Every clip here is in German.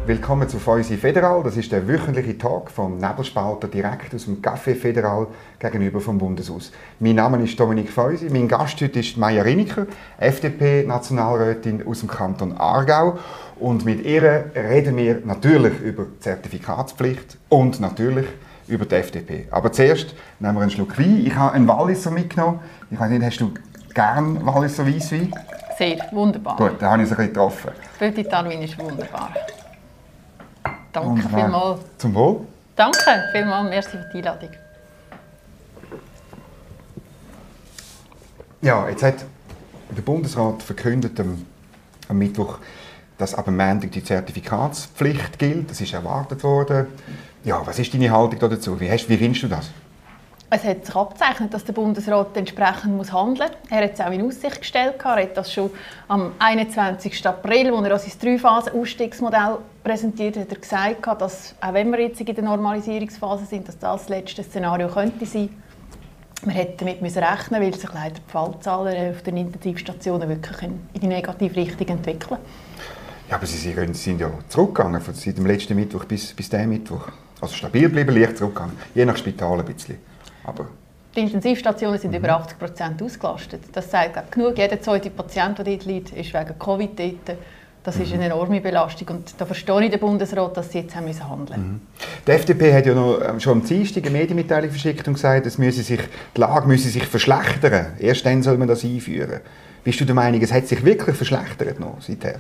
willkommen zu Feusi Federal. Das ist der wöchentliche Talk vom Nebelspalter direkt aus dem Café Federal gegenüber vom Bundeshaus. Mein Name ist Dominik Feusi. Mein Gast heute ist Maja Riniker, FDP-Nationalrätin aus dem Kanton Aargau. Und mit ihr reden wir natürlich über die Zertifikatspflicht und natürlich über die FDP. Aber zuerst nehmen wir einen Schluck Wein. Ich habe einen Walliser mitgenommen. Ich weiß nicht, hast du gern Walliser Weisswein? Sehr, wunderbar. Gut, da habe ich es ein bisschen getroffen. Petit Armin ist wunderbar. Danke vielmals. Zum Wohl. Danke vielmals, merci für die Einladung. Ja, jetzt hat der Bundesrat verkündet am Mittwoch, dass ab Montag die Zertifikatspflicht gilt. Das ist erwartet worden. Ja, was ist deine Haltung dazu? Wie findest du das? Es hat sich abgezeichnet, dass der Bundesrat entsprechend handeln muss. Er hat es auch in Aussicht gestellt. Er hat das schon am 21. April, als er sein 3-Phasen-Ausstiegsmodell präsentiert hat, gesagt, dass, auch wenn wir jetzt in der Normalisierungsphase sind, dass das letzte Szenario könnte sein. Wir hätten damit rechnen, weil sich leider die Fallzahlen auf den Intensivstationen wirklich in die negative Richtung entwickeln. Ja, aber Sie sind ja zurückgegangen, seit dem letzten Mittwoch bis diesen Mittwoch. Also stabil geblieben, leicht zurückgegangen. Je nach Spital ein bisschen. Aber die Intensivstationen sind über 80% ausgelastet. Das sagt genug. Jeder zweite Patient, der dort liegt, ist wegen Covid dort. Das ist eine enorme Belastung. Und da verstehe ich den Bundesrat, dass sie jetzt handeln müssen. Die FDP hat ja schon am Dienstag eine Medienmitteilung verschickt und gesagt, die Lage müsse sich verschlechtern. Erst dann soll man das einführen. Bist du der Meinung, es hat sich wirklich verschlechtert noch seither?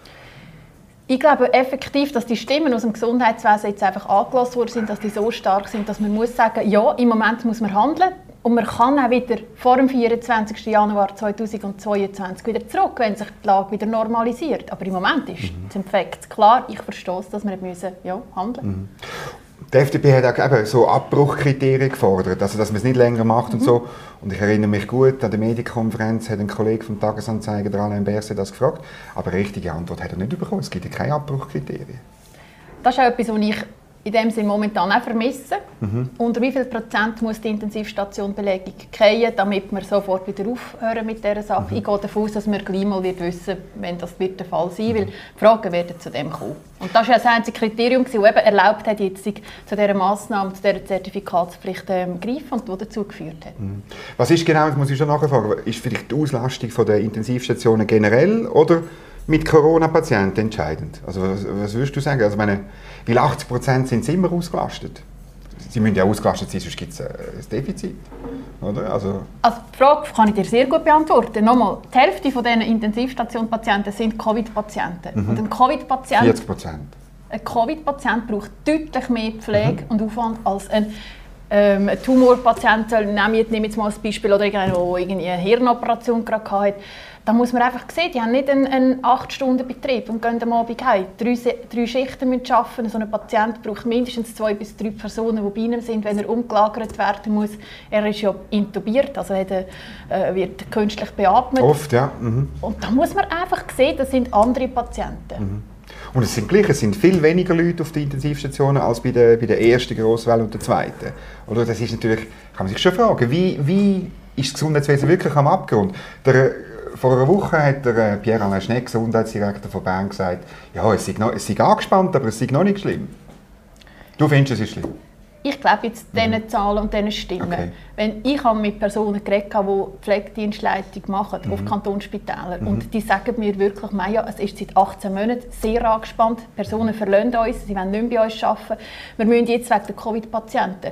Ich glaube effektiv, dass die Stimmen aus dem Gesundheitswesen jetzt einfach angelassen worden sind, dass die so stark sind, dass man muss sagen, ja, im Moment muss man handeln und man kann auch wieder vor dem 24. Januar 2022 wieder zurück, wenn sich die Lage wieder normalisiert. Aber im Moment ist das Effekt klar. Ich verstehe es, dass wir handeln müssen. Die FDP hat auch eben so Abbruchkriterien gefordert, also dass man es nicht länger macht und so. Und ich erinnere mich gut, an der Medienkonferenz hat ein Kollege vom Tagesanzeiger, der Alain Berset, das gefragt. Aber eine richtige Antwort hat er nicht bekommen. Es gibt ja keine Abbruchkriterien. Das ist auch etwas, was ich in dem Sinne momentan auch vermissen. Unter wie viel Prozent muss die Intensivstationbelegung fallen, damit wir sofort wieder aufhören mit dieser Sache? Ich gehe davon aus, dass wir gleich mal wissen, wenn das wird der Fall sein wird, weil die Fragen werden zu dem kommen. Und das war ja das einzige Kriterium, das eben erlaubt hat, jetzt zu dieser Massnahme, zu dieser Zertifikatspflicht greifen und die dazu geführt hat. Was ist genau, das muss ich schon nachfragen, ist vielleicht die Auslastung der Intensivstationen generell oder mit Corona-Patienten entscheidend? Also was würdest du sagen? Also weil 80% sind immer ausgelastet. Sie müssen ja ausgelastet sein, sonst gibt es ein Defizit. Oder? Also die Frage kann ich dir sehr gut beantworten. Nochmal, die Hälfte dieser Intensivstationpatienten sind Covid-Patienten. Und ein Covid-Patient 40%. Ein Covid-Patient braucht deutlich mehr Pflege und Aufwand als ein Tumorpatient. Nehme ich jetzt mal als Beispiel, oder der eine Hirnoperation gerade hatte. Da muss man einfach sehen, die haben nicht einen 8-Stunden-Betrieb und gehen am Abend heim. 3 Schichten müssen arbeiten. So ein Patient braucht mindestens 2 bis 3 Personen, die bei ihm sind, wenn er umgelagert werden muss. Er ist ja intubiert, also wird künstlich beatmet. Oft, ja. Und da muss man einfach sehen, das sind andere Patienten. Und es sind viel weniger Leute auf den Intensivstationen als bei der ersten Grosswelle und der zweiten. Oder das ist natürlich, kann man sich schon fragen, wie ist das Gesundheitswesen wirklich am Abgrund? Vor einer Woche hat der Pierre-Alain Schnegg, Gesundheitsdirektor von Bern, gesagt, ja, es sei angespannt, aber es sei noch nicht schlimm. Du findest, es ist schlimm? Ich glaube jetzt diesen Zahlen und diesen Stimmen. Okay. Ich habe mit Personen geredet, die Pflegedienstleitung machen auf Kantonsspitälern. Und die sagen mir wirklich, Maja, es ist seit 18 Monaten sehr angespannt. Personen verlassen uns, sie wollen nicht mehr bei uns arbeiten. Wir müssen jetzt wegen der Covid-Patienten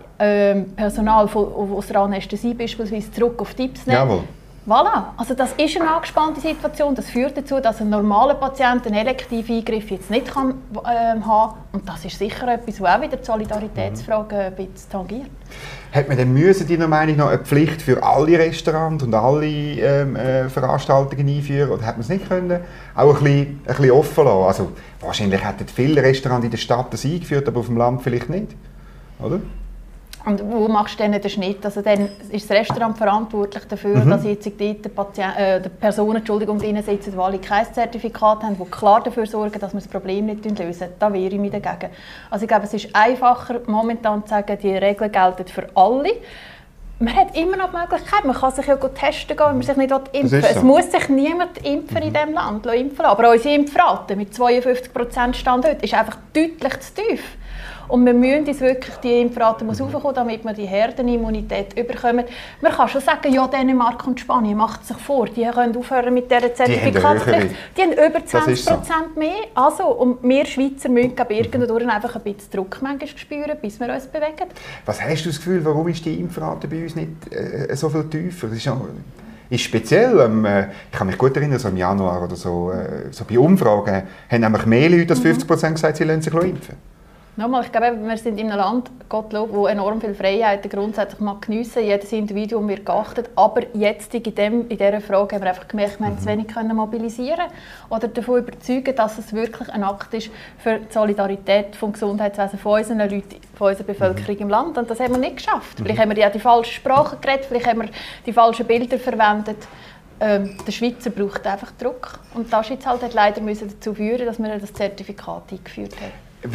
Personal aus der Anästhesie beispielsweise zurück auf Tipps nehmen. Jawohl. Voilà. Also das ist eine angespannte Situation. Das führt dazu, dass ein normaler Patient einen elektiven Eingriff jetzt nicht haben kann. Und das ist sicher etwas, das auch wieder die Solidaritätsfrage ein bisschen tangiert. Hat man denn deiner Meinung nach eine Pflicht für alle Restaurants und alle Veranstaltungen einführen? Oder hat man es nicht können? Auch ein bisschen offen lassen? Also, wahrscheinlich hätten viele Restaurants in der Stadt das eingeführt, aber auf dem Land vielleicht nicht. Oder? Und wo machst du denn den Schnitt? Also dann ist das Restaurant verantwortlich dafür, dass jetzt dort die Personen drin sitzen, die alle kein Zertifikat haben, die klar dafür sorgen, dass wir das Problem nicht lösen. Da wehre ich mich dagegen. Also ich glaube, es ist einfacher, momentan zu sagen, die Regeln gelten für alle. Man hat immer noch die Möglichkeit, man kann sich ja testen gehen, wenn man sich nicht impfen will. So. Es muss sich niemand impfen in diesem Land impfen lassen. Aber unsere Impfrate mit 52% Stand heute ist einfach deutlich zu tief. Und wir müssen uns wirklich, die Impfrate muss hochkommen, damit wir die Herdenimmunität bekommen. Man kann schon sagen, ja, Dänemark und Spanien macht es sich vor, die können aufhören mit dieser Zertifikatspflicht. Die haben über 20% mehr. Also, und wir Schweizer müssen irgendwann einfach ein bisschen Druck spüren, bis wir uns bewegen. Was hast du das Gefühl, warum ist die Impfrate bei uns nicht so viel tiefer? Das ist speziell. Ich kann mich gut erinnern, so im Januar oder so, so bei Umfragen haben nämlich mehr Leute als 50% gesagt, sie lassen sich impfen. Nochmal, ich glaube, wir sind in einem Land, Gottlob, wo enorm viele Freiheiten grundsätzlich geniessen. Jedes Individuum wird geachtet. Aber jetzt in dieser Frage haben wir einfach gemerkt, wir haben zu wenig mobilisieren oder davon überzeugen, dass es wirklich ein Akt ist für die Solidarität vom Gesundheitswesen von unseren Leuten, von unserer Bevölkerung im Land. Und das haben wir nicht geschafft. Vielleicht haben wir ja die falsche Sprache geredet, vielleicht haben wir die falschen Bilder verwendet. Der Schweizer braucht einfach Druck. Und das jetzt halt leider dazu führen, dass wir das Zertifikat eingeführt haben.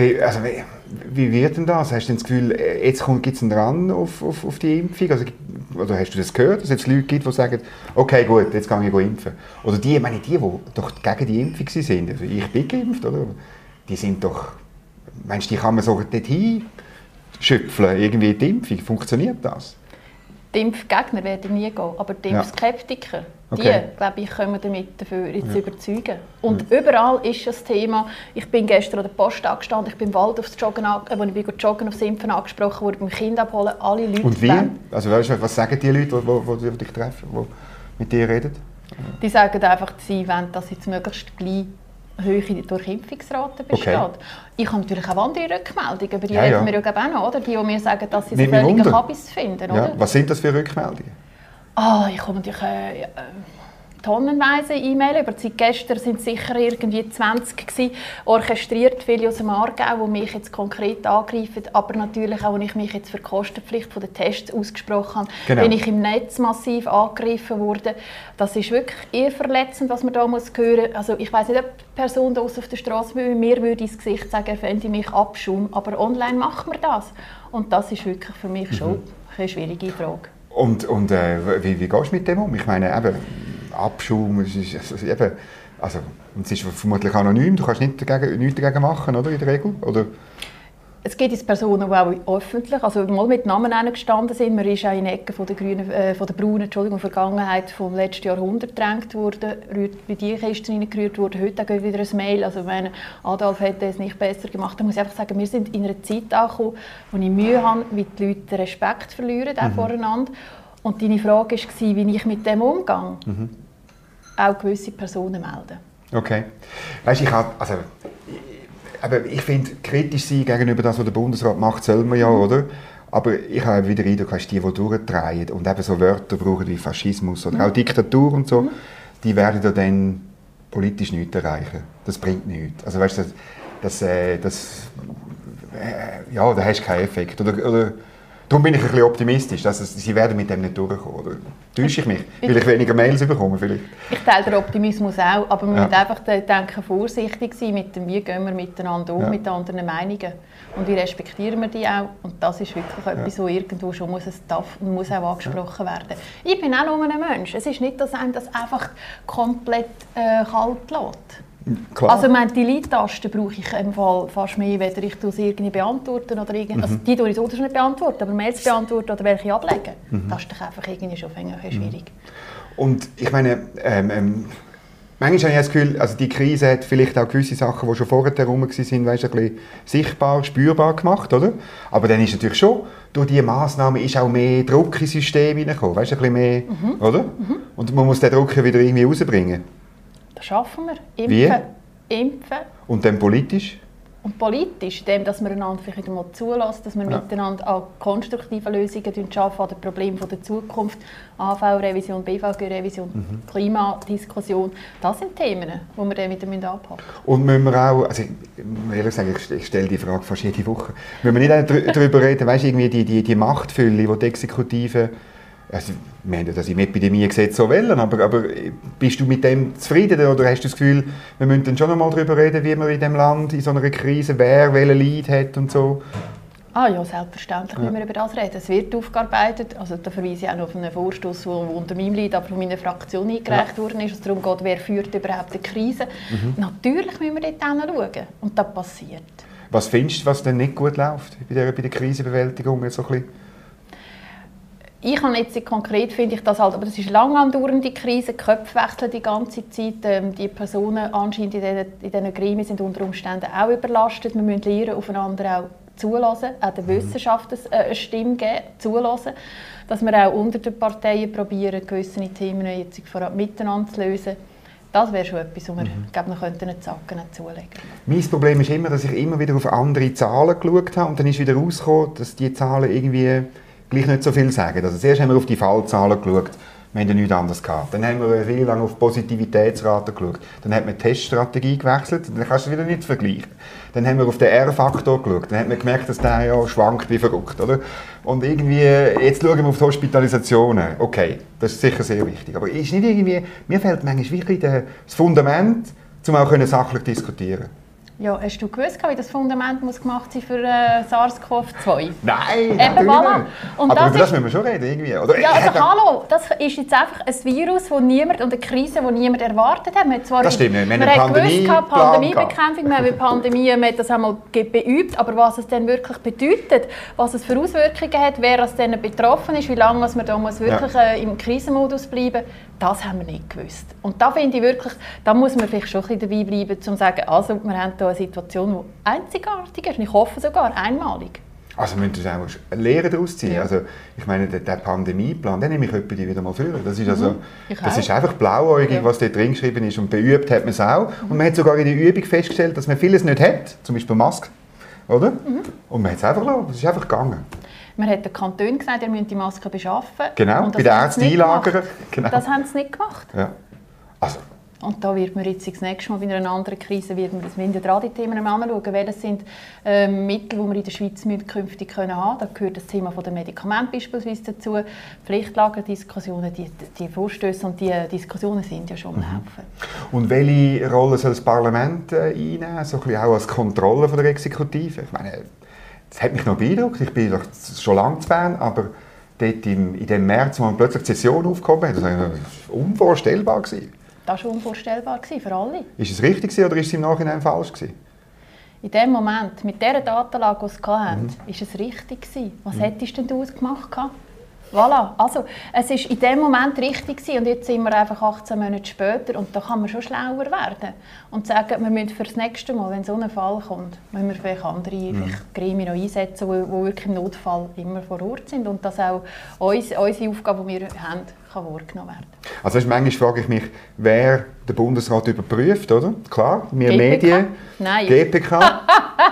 Wie wird denn das? Hast du das Gefühl, jetzt gibt es einen Run auf die Impfung? Also, oder hast du das gehört, dass es Leute gibt, die sagen, okay, gut, jetzt gehe ich impfen? Oder die doch gegen die Impfung sind, also ich bin geimpft, oder? Die sind doch, meinst du, die kann man so dorthin schöpfen, irgendwie die Impfung? Funktioniert das? Die Impfgegner werden nie gehen, aber die Impfskeptiker, die, glaube ich, können damit dafür jetzt überzeugen. Und überall ist das Thema. Ich bin gestern an der Post angestanden, ich bin im Wald aufs Joggen, als ich joggen aufs Impfen angesprochen wurde, beim Kind abholen, alle Leute. Und wie? Also, was sagen die Leute, die dich treffen, die mit dir reden? Die sagen einfach, sie wollen, dass jetzt möglichst gleich hohe Durchimpfungsrate besteht. Okay. Ich habe natürlich auch andere Rückmeldungen, über die reden wir ja auch noch, oder? Die mir sagen, dass sie es völlig Kabis finden. Oder? Was sind das für Rückmeldungen? Ich komme natürlich tonnenweise E-Mails über. Seit gestern sind es sicher irgendwie 20 gewesen, orchestriert, viele aus dem Aargau, die mich jetzt konkret angreifen, aber natürlich auch, als ich mich jetzt für die Kostenpflicht der Tests ausgesprochen habe, bin ich im Netz massiv angegriffen worden. Das ist wirklich eher verletzend, was man da hören muss. Also ich weiss nicht, ob die Person auf der Straße mir würde ins Gesicht sagen, fände ich mich Abschaum, aber online macht man das. Und das ist wirklich für mich schon eine schwierige Frage. Und wie gehst du mit dem um? Ich meine, eben, Abschaum, es ist vermutlich anonym, du kannst nichts dagegen machen, oder, in der Regel? Oder? Es gibt jetzt Personen, die auch öffentlich, also mal mit Namen gestanden sind. Man ist auch in Ecken von der braunen Vergangenheit vom letzten Jahrhundert gedrängt worden, bei die Kisten reingerührt worden. Heute geht wieder ein Mail. Also wenn Adolf hätte es nicht besser gemacht, dann muss ich einfach sagen, wir sind in einer Zeit angekommen, wo ich Mühe habe, wie die Leute den Respekt verlieren voreinander. Und deine Frage war, wie ich mit dem umgehe. Auch gewisse Personen melden. Okay. Weißt, ich finde, kritisch sein gegenüber das, was der Bundesrat macht, soll man ja, oder? Aber ich habe wieder den Eindruck, die durchdrehen und eben so Wörter brauchen wie Faschismus oder auch Diktatur und so, die werden ja dann politisch nichts erreichen. Das bringt nichts. Also weißt du, da hast du keinen Effekt. Oder darum bin ich ein bisschen optimistisch, dass sie werden mit dem nicht durchkommen. Oder täusche ich mich? Will ich weniger Mails bekommen vielleicht? Ich teile den Optimismus auch, aber man muss einfach vorsichtig sein mit dem, wie gehen wir miteinander um, mit anderen Meinungen. Und wie respektieren wir die auch? Und das ist wirklich etwas, wo irgendwo schon muss auch angesprochen werden. Ich bin auch nur ein Mensch. Es ist nicht, dass einem das einfach komplett kalt lässt. Klar. Also die Lead-Tasten brauche ich im Fall fast mehr, weder ich sie irgendwie beantworten oder also die tue ich so nicht beantworten, aber Mails beantworten oder welche ablegen, das ist doch einfach irgendwie schon schwierig. Und ich meine, manchmal habe ich das Gefühl, also die Krise hat vielleicht auch gewisse Sachen, die schon vorher herum waren, ein bisschen sichtbar, spürbar gemacht, oder? Aber dann ist natürlich schon, durch diese Massnahmen ist auch mehr Druck ins System hineingekommen, weißt du, ein bisschen mehr, oder? Und man muss den Druck wieder irgendwie rausbringen. Das schaffen wir. Impfen. Und dann politisch? Und politisch, indem dass wir einander vielleicht wieder mal zulassen, dass wir miteinander an konstruktive Lösungen schaffen, an den Problemen der Zukunft, AV-Revision, BVG-Revision, Klimadiskussion. Das sind Themen, die wir dann wieder anpacken müssen. Und müssen wir auch, also ehrlich gesagt, ich stelle die Frage fast jede Woche, müssen wir nicht darüber reden, weißt, irgendwie die Machtfülle, die die Exekutive, also, wir haben das im Epidemiegesetz so wollen, aber bist du mit dem zufrieden oder hast du das Gefühl, wir müssen dann schon noch mal darüber reden, wie man in diesem Land in so einer Krise, wer welchen Leid hat und so? Ah ja, selbstverständlich müssen wir über das reden. Es wird aufgearbeitet. Also, da verweise ich auch noch auf einen Vorstoß, der unter meinem Leid, aber von meiner Fraktion eingereicht worden ist, es darum geht, wer führt überhaupt eine Krise. Natürlich müssen wir dort hinschauen. Und das passiert. Was findest du, was denn nicht gut läuft bei der Krisenbewältigung? So ein bisschen? Ich habe jetzt konkret, finde ich das halt, aber das ist eine lang andauernde Krise, die Köpfe wechseln die ganze Zeit, die Personen anscheinend in diesen Gremien sind unter Umständen auch überlastet. Wir müssen lernen, aufeinander auch zulassen, auch der Wissenschaft eine Stimme geben, zulassen, dass wir auch unter den Parteien probieren, gewisse Themen jetzt miteinander zu lösen. Das wäre schon etwas, wo wir noch einen Zacken zulegen könnten. Mein Problem ist immer, dass ich immer wieder auf andere Zahlen geschaut habe und dann ist wieder rausgekommen, dass die Zahlen irgendwie gleich nicht so viel sagen. Also zuerst haben wir auf die Fallzahlen geschaut, wir haben ja nichts anderes gehabt. Dann haben wir viel lang auf Positivitätsraten geschaut. Dann hat man die Teststrategie gewechselt, dann kannst du es wieder nicht vergleichen. Dann haben wir auf den R-Faktor geschaut, dann hat man gemerkt, dass der ja schwankt wie verrückt. Oder? Und irgendwie, jetzt schauen wir auf die Hospitalisationen. Okay, das ist sicher sehr wichtig. Aber ist nicht irgendwie, mir fehlt manchmal wirklich das Fundament, um auch sachlich diskutieren. Ja, hast du gewusst, wie das Fundament muss gemacht sein für SARS-CoV-2? Nein, eben, voilà. Und aber über das müssen wir schon reden, irgendwie. Oder? Ja, also hallo, das ist jetzt einfach ein Virus, das niemand, und eine Krise, die niemand erwartet hat. Das stimmt nicht. Wir haben gewusst, Pandemiebekämpfung, wir haben die Pandemie, man hat das einmal beübt, aber was es dann wirklich bedeutet, was es für Auswirkungen hat, wer aus denen betroffen ist, wie lange man da muss wirklich im Krisenmodus bleiben, das haben wir nicht gewusst. Und da finde ich wirklich, da muss man vielleicht schon ein bisschen dabei bleiben, um zu sagen, also wir haben hier eine Situation, die einzigartig ist, und ich hoffe sogar einmalig. Also wir müssen auch Lehren daraus ziehen. Ja. Also, ich meine, der Pandemieplan, den nehme ich die wieder mal führen. Das ist, das ist einfach blauäugig, was dort drin geschrieben ist. Und beübt hat man es auch. Und man hat sogar in der Übung festgestellt, dass man vieles nicht hat, zum Beispiel Masken. Oder? Und man hat es einfach gelassen. Es ist einfach gegangen. Man hat den Kantonen gesagt, ihr müsst die Masken beschaffen. Genau, bei den Ärzten einlagern. Genau. Das haben sie nicht gemacht. Ja. Also. Und da wird man jetzt das nächste Mal bei einer anderen Krise wird man das Themen anschauen. Welche sind Mittel, die wir in der Schweiz künftig haben können. Da gehört das Thema der Medikamente beispielsweise dazu. Pflichtlagerdiskussionen, die Vorstöße und die Diskussionen sind ja schon am Laufen. Und welche Rolle soll das Parlament einnehmen? So ein bisschen auch als Kontrolle von der Exekutive? Ich meine, das hat mich noch beeindruckt. Ich bin schon lange in Bern, aber dort in dem März, wo man plötzlich die Session aufgehoben hat, das war unvorstellbar. Das war unvorstellbar für alle. Ist es richtig oder ist es im Nachhinein falsch? In dem Moment, mit dieser Datenlage, die wir hatten, war es richtig. Was hättest denn du gemacht? Voilà. Also, es war in dem Moment richtig und jetzt sind wir einfach 18 Monate später und da kann man schon schlauer werden und sagen, wir müssen für das nächste Mal, wenn so ein Fall kommt, müssen wir vielleicht andere Gremien noch einsetzen, die wirklich im Notfall immer vor Ort sind und dass auch unsere Aufgabe, die wir haben, kann wahrgenommen werden. Also manchmal frage ich mich, wer den Bundesrat überprüft, oder? Klar, wir GPK? Medien, Nein. GPK.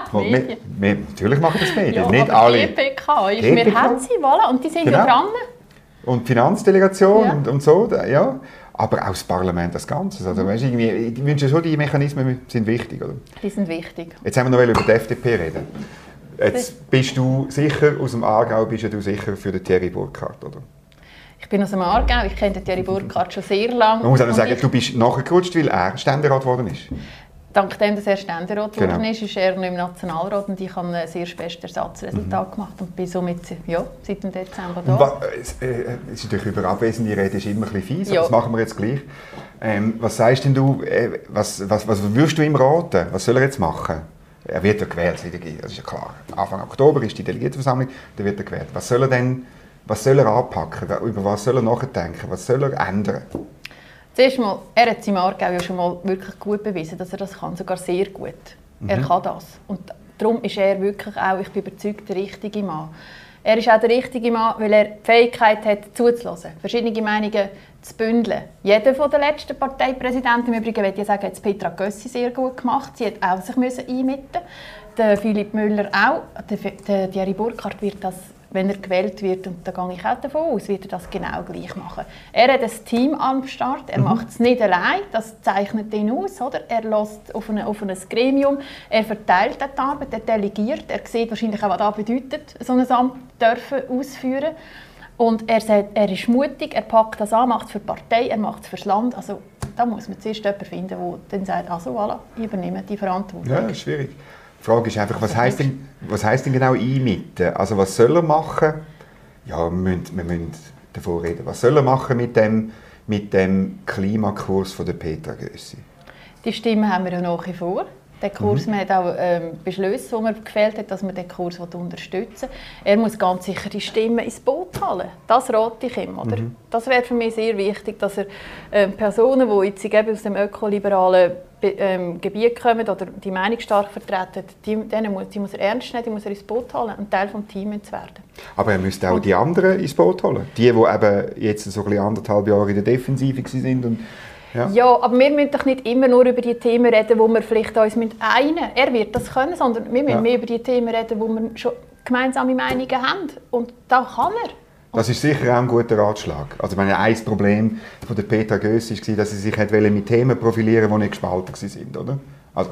Natürlich machen das Medien, ja, nicht aber alle. GPK ist, wir haben sie, voilà, und die sind ja dran. Und die Finanzdelegation und so, ja. Aber auch das Parlament als Ganzes. Also, weißt, ich wünsche schon, die Mechanismen sind wichtig, oder? Die sind wichtig. Jetzt haben wir noch über die FDP reden. Jetzt bist du sicher, aus dem Aargau bist du sicher für den Thierry Burkhardt, oder? Ich bin aus dem Aargau, ich kenne den Thierry Burkhardt schon sehr lange. Man muss auch sagen, du bist nachgerutscht, weil er Ständerat geworden ist. Dank dem, dass er Ständerat geworden ist, ist er nicht im Nationalrat und ich habe ein sehr bestes Ersatzresultat gemacht und bin somit seit dem Dezember da. Es ist natürlich über abwesende Rede ist immer ein bisschen fies, aber das machen wir jetzt gleich. Was sagst denn du, was würdest du ihm raten? Was soll er jetzt machen? Er wird ja gewählt, das ist ja klar. Anfang Oktober ist die Delegiertenversammlung, dann wird er gewählt. Was soll er anpacken? Über was soll er nachdenken? Was soll er ändern? Zuerst mal, er hat im Aargau ja schon mal wirklich gut bewiesen, dass er das kann, sogar sehr gut. Er kann das. Und darum ist er wirklich auch, ich bin überzeugt, der richtige Mann. Er ist auch der richtige Mann, weil er die Fähigkeit hat, zuzulassen, verschiedene Meinungen zu bündeln. Jeder von den letzten Parteipräsidenten, im Übrigen möchte ich sagen, hat Petra Gössi sehr gut gemacht. Sie hat auch sich einmitten. Der Philipp Müller auch. Der Thierry Burkhardt wird das, wenn er gewählt wird, und da gehe ich auch davon aus, wird er das genau gleich machen. Er hat ein Team am Start, er macht es nicht allein, das zeichnet ihn aus. Oder? Er lässt auf ein Gremium, er verteilt die Arbeit, er delegiert, er sieht wahrscheinlich auch, was das bedeutet, so ein Amt dürfen ausführen. Und er sagt, er ist mutig, er packt das an, macht es für die Partei, er macht es für das Land. Also da muss man zuerst jemanden finden, der dann sagt, also voilà, ich übernehme die Verantwortung. Ja, das ist schwierig. Die Frage ist einfach, was heisst denn genau einmitten? Also was soll er machen? Ja, wir müssen davon reden. Was soll er machen mit dem Klimakurs von der Petra Gössi? Die Stimme haben wir ja nach wie vor. Der Kurs, man hat auch Beschlüsse, die man gefällt hat, dass man den Kurs unterstützen will. Er muss ganz sicher die Stimmen ins Boot holen. Das rate ich ihm. Oder? Das wäre für mich sehr wichtig, dass er Personen, die jetzt eben aus dem ökoliberalen Gebiet kommen oder die Meinung stark vertreten, die muss er ernst nehmen, die muss er ins Boot holen und Teil des Teams werden. Aber er müsste auch die anderen ins Boot holen. Die eben jetzt so ein bisschen 1,5 Jahre in der Defensive waren und ja, aber wir müssen doch nicht immer nur über die Themen reden, wo wir vielleicht uns einen. Er wird das können, sondern wir müssen mehr über die Themen reden, wo wir schon gemeinsame Meinungen haben. Und da kann er. Das ist sicher auch ein guter Ratschlag. Also ein Problem von der Petra Gössi war, dass sie sich mit Themen profilieren wollte, die nicht gespalten waren, oder? Also,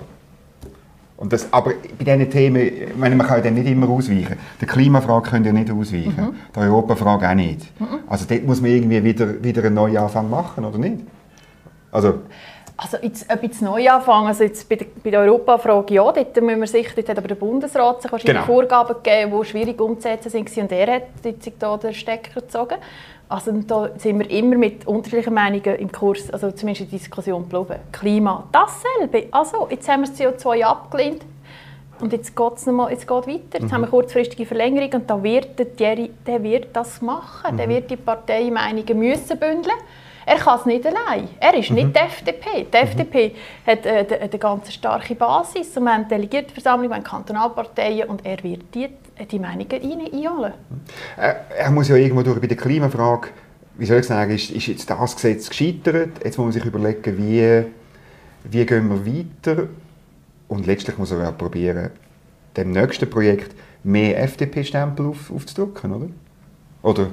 aber bei diesen Themen, man kann ja nicht immer ausweichen. Der Klimafrage könnt ihr nicht ausweichen, der Europafrage auch nicht. Also dort muss man irgendwie wieder einen Neuanfang machen, oder nicht? Also jetzt etwas neu anfangen, also jetzt bei der Europafrage, ja, dort hat aber der Bundesrat sich wahrscheinlich Vorgaben gegeben, die schwierig umzusetzen sind, und er hat jetzt da den Stecker gezogen. Also da sind wir immer mit unterschiedlichen Meinungen im Kurs, also zumindest in der Diskussion geblieben. Klima, dasselbe. Also, jetzt haben wir das CO2 abgelehnt und jetzt geht es weiter. Jetzt haben wir kurzfristige Verlängerung und da wird der wird das machen. Der wird die Parteimeinungen müssen bündeln. Er kann es nicht allein. Er ist nicht die FDP. Die FDP hat eine ganz starke Basis. Wir haben Delegiertenversammlung, wir haben Kantonalparteien und er wird die Meinungen einholen. Er muss ja irgendwo durch bei der Klimafrage, wie soll ich sagen, ist jetzt das Gesetz gescheitert. Jetzt muss man sich überlegen, wie gehen wir weiter. Und letztlich muss er auch probieren, dem nächsten Projekt mehr FDP-Stempel aufzudrücken, oder? Oder?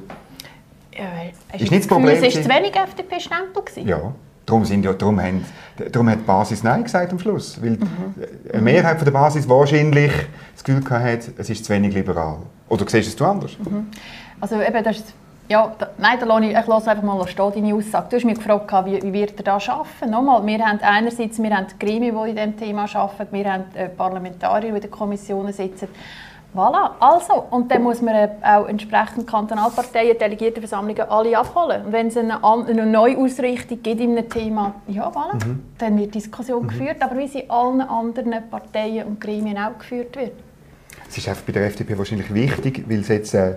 Ist nicht das Problem, es war zu wenig FDP-Stempel. Ja, darum hat die Basis Nein gesagt am Schluss. Weil eine Mehrheit von der Basis wahrscheinlich das Gefühl hatte, es ist zu wenig liberal. Oder siehst du es anders? Also eben, das ist, nein, ich lasse einfach mal deine Aussage. Du hast mich gefragt, wie wird er das schaffen? Nochmal, wir haben einerseits die Gremien, die in diesem Thema arbeiten, wir haben Parlamentarier, die in den Kommissionen sitzen. Voilà, also, und dann muss man auch entsprechend Kantonalparteien, Delegiertenversammlungen alle abholen. Und wenn es eine Neuausrichtung gibt in einem Thema, voilà, dann wird Diskussion geführt, aber wie sie in allen anderen Parteien und Gremien auch geführt wird. Es ist einfach bei der FDP wahrscheinlich wichtig, weil es jetzt, weil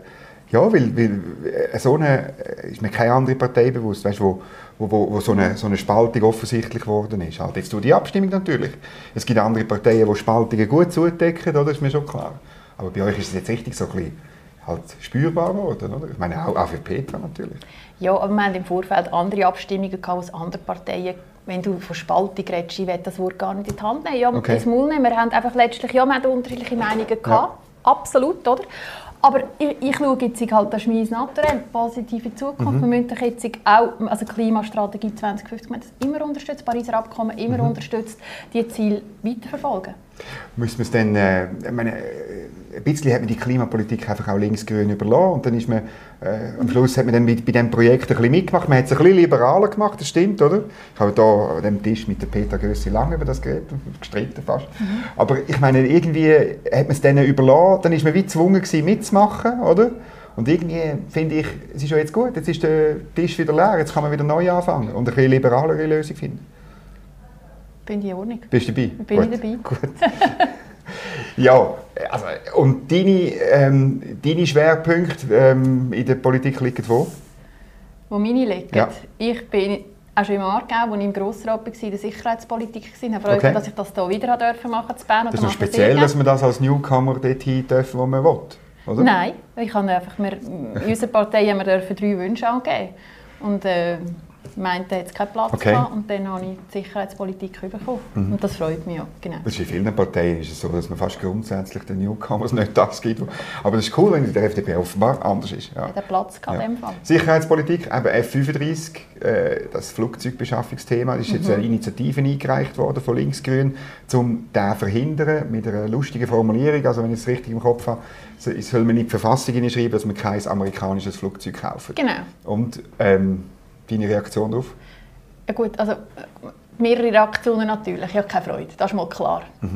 ist mir keine andere Partei bewusst, weißt, wo so eine Spaltung offensichtlich geworden ist. Halt jetzt durch die Abstimmung natürlich. Es gibt andere Parteien, die Spaltungen gut zudecken, oder? Das ist mir schon klar. Aber bei euch ist es jetzt richtig so ein bisschen halt spürbar geworden, oder? Ich meine, auch für Petra natürlich. Ja, aber wir haben im Vorfeld andere Abstimmungen gehabt aus anderen Parteien. Wenn du von Spaltung redest, ich will das Wort gar nicht in die Hand nehmen. Ja, ins Maul nehmen. Wir haben einfach letztlich, wir haben unterschiedliche Meinungen gehabt. Ja. Absolut, oder? Aber ich schaue jetzt halt, das ist mein Naturell, positive Zukunft. Wir müssen jetzt auch, also Klimastrategie 2050, wir haben das immer unterstützt, Pariser Abkommen immer unterstützt, die Ziele weiterverfolgen. Müssen wir es dann, ich meine, ein bisschen hat man die Klimapolitik einfach auch linksgrün überlassen und dann ist man, am Schluss hat man dann bei diesem Projekt ein bisschen mitgemacht, man hat es ein bisschen liberaler gemacht, das stimmt, oder? Ich habe hier an diesem Tisch mit der Petra Gössi lange über das geredet, gestritten fast. Aber ich meine, irgendwie hat man es dann überlassen, dann ist man wie gezwungen gewesen, mitzumachen, oder? Und irgendwie finde ich, es ist ja jetzt gut, jetzt ist der Tisch wieder leer, jetzt kann man wieder neu anfangen und eine bisschen liberalere Lösung finden. Bin ich in Ordnung. Bist du dabei? Bin ich dabei. Gut. Ja, also, und deine Schwerpunkte in der Politik liegen wo? Wo meine liegen? Ja. Ich bin auch schon im Aargau, als ich im Grossrat war, in der Sicherheitspolitik war. Ich freue mich, dass ich das hier wieder machen durfte. Das ist noch speziell, dass man das als Newcomer dorthin dürfen, wo man will, oder? Nein, ich habe einfach in unserer Partei haben wir 3 Wünsche angegeben. Und meinte, jetzt keinen Platz gehabt, und dann habe ich die Sicherheitspolitik bekommen. Und das freut mich auch, genau. Das ist in vielen Parteien ist es so, dass man fast grundsätzlich den Newcomers nicht das gibt. Aber das ist cool, wenn in der FDP offenbar anders ist. Ja. Der Platz in dem Fall. Sicherheitspolitik, eben F-35, das Flugzeugbeschaffungsthema, das ist jetzt eine Initiative eingereicht worden von Linksgrün, um das zu verhindern, mit einer lustigen Formulierung, also wenn ich es richtig im Kopf habe, soll man in die Verfassung hineinschreiben, dass man kein amerikanisches Flugzeug kauft. Genau. Und deine Reaktion darauf? Ja gut, also mehrere Reaktionen natürlich. Ich habe keine Freude, das ist mal klar.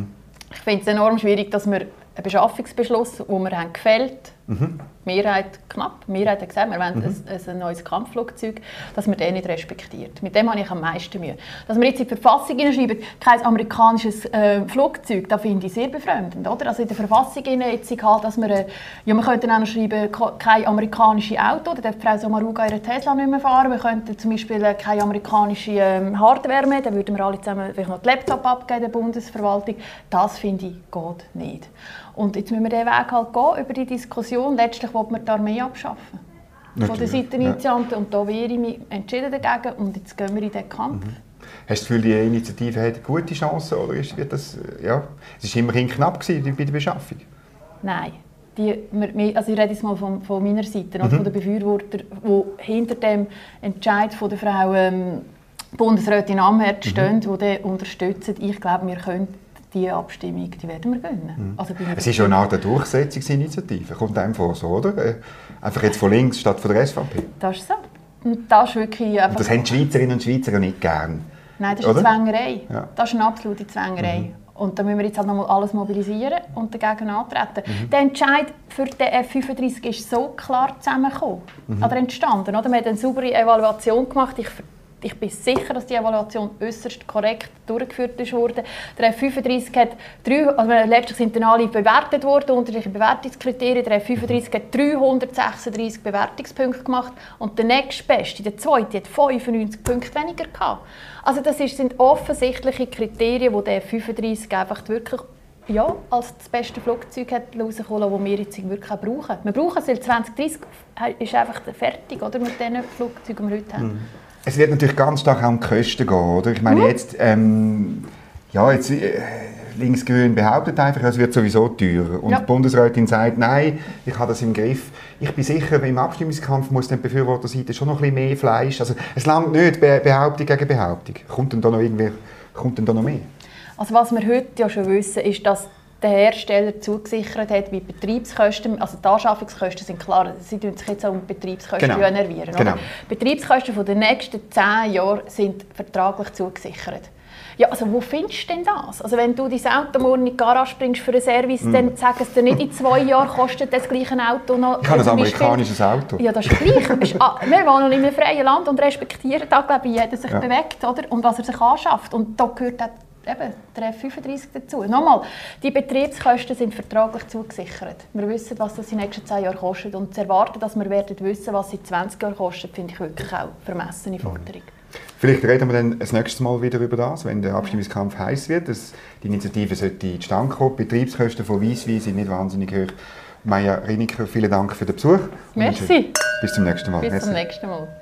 Ich finde es enorm schwierig, dass wir einen Beschaffungsbeschluss, den wir haben gefällt haben, die Mehrheit knapp, die Mehrheit hat gesagt, wir wollen ein neues Kampfflugzeug, dass man den nicht respektiert. Mit dem habe ich am meisten Mühe. Dass wir jetzt in die Verfassung hineinschreiben, kein amerikanisches Flugzeug, das finde ich sehr befremdend. Oder? Also in der Verfassung jetzt halt, dass wir, ja, wir könnten auch noch schreiben, kein amerikanisches Auto, da darf Frau Sommaruga ihre Tesla nicht mehr fahren. Wir könnten zum Beispiel keine amerikanische Hardware mehr, dann würden wir alle zusammen vielleicht noch die Laptop abgeben der Bundesverwaltung. Das finde ich geht nicht. Und jetzt müssen wir diesen Weg halt gehen, über die Diskussion. Letztlich will man die Armee abschaffen. Von der Seiteninitianten. Ja. Und da wehre ich mich entschieden dagegen. Und jetzt gehen wir in diesen Kampf. Hast du das Gefühl, die Initiative hat gute Chancen? Oder es war immerhin knapp gewesen bei der Beschaffung? Nein. Also ich rede jetzt mal von meiner Seite, von den Befürwortern, die hinter dem Entscheid von der Frau Bundesrätin Amherd stehen, die den unterstützen. Ich glaube, wir können die Abstimmung, die werden wir gewinnen. Also es ist ja eine Art Durchsetzungsinitiative, kommt einem vor, so, oder? Einfach jetzt von links statt von der SVP. Das ist so. Und das ist wirklich und das haben die Schweizerinnen und Schweizer nicht gern. Nein, das ist eine Zwängerei. Ja. Das ist eine absolute Zwängerei. Und da müssen wir jetzt halt noch mal alles mobilisieren und dagegen antreten. Der Entscheid für den F-35 ist so klar zusammengekommen, oder entstanden. Oder? Wir haben eine saubere Evaluation gemacht. Ich bin sicher, dass die Evaluation äußerst korrekt durchgeführt wurde. Der F-35 hat letztlich sind dann alle bewertet worden, unterschiedliche Bewertungskriterien. Der F-35 hat 336 Bewertungspunkte gemacht und der nächstbeste, der zweite, hat 95 Punkte weniger gehabt. Also das sind offensichtliche Kriterien, die der F-35 einfach wirklich als das beste Flugzeug herausgeholt hat, das wir jetzt wirklich auch brauchen. Wir brauchen es, weil 2030 ist einfach fertig, oder, mit den Flugzeugen, die wir heute haben. Es wird natürlich ganz stark um die Kosten gehen, oder? Ich meine, jetzt Linksgrün behauptet einfach, es wird sowieso teurer. Und die Bundesrätin sagt, nein, ich habe das im Griff. Ich bin sicher, im Abstimmungskampf muss die Befürworterseite schon noch ein bisschen mehr Fleisch. Also, es langt nicht Behauptung gegen Behauptung. Kommt denn da noch mehr? Also, was wir heute ja schon wissen, ist, dass der Hersteller zugesichert hat, wie Betriebskosten, also die Anschaffungskosten sind klar, sie tun sich jetzt auch um Betriebskosten nervieren. Genau. Betriebskosten von den nächsten 10 Jahren sind vertraglich zugesichert. Ja, also wo findest du denn das? Also wenn du dein Auto morgen in die Garage bringst für einen Service, dann sagen sie dir nicht, in 2 Jahren kostet das gleiche Auto noch... Ich habe ein amerikanisches Auto. Ja, das ist gleich. Wir wohnen in einem freien Land und respektieren da, glaube ich, jeder sich bewegt, oder? Und was er sich anschafft. Und da gehört auch eben der F-35 dazu. Nochmal, die Betriebskosten sind vertraglich zugesichert. Wir wissen, was das in den nächsten 10 Jahren kostet. Und zu erwarten, dass wir wissen, was es in 20 Jahren kostet, finde ich wirklich auch eine vermessene Forderung. Vielleicht reden wir dann das nächste Mal wieder über das, wenn der Abstimmungskampf heiß wird. Die Initiative sollte zustande kommen. Die Betriebskosten von Weisswein sind nicht wahnsinnig hoch. Maja Riniker, vielen Dank für den Besuch. Merci. Bis zum nächsten Mal. Bis zum nächsten Mal.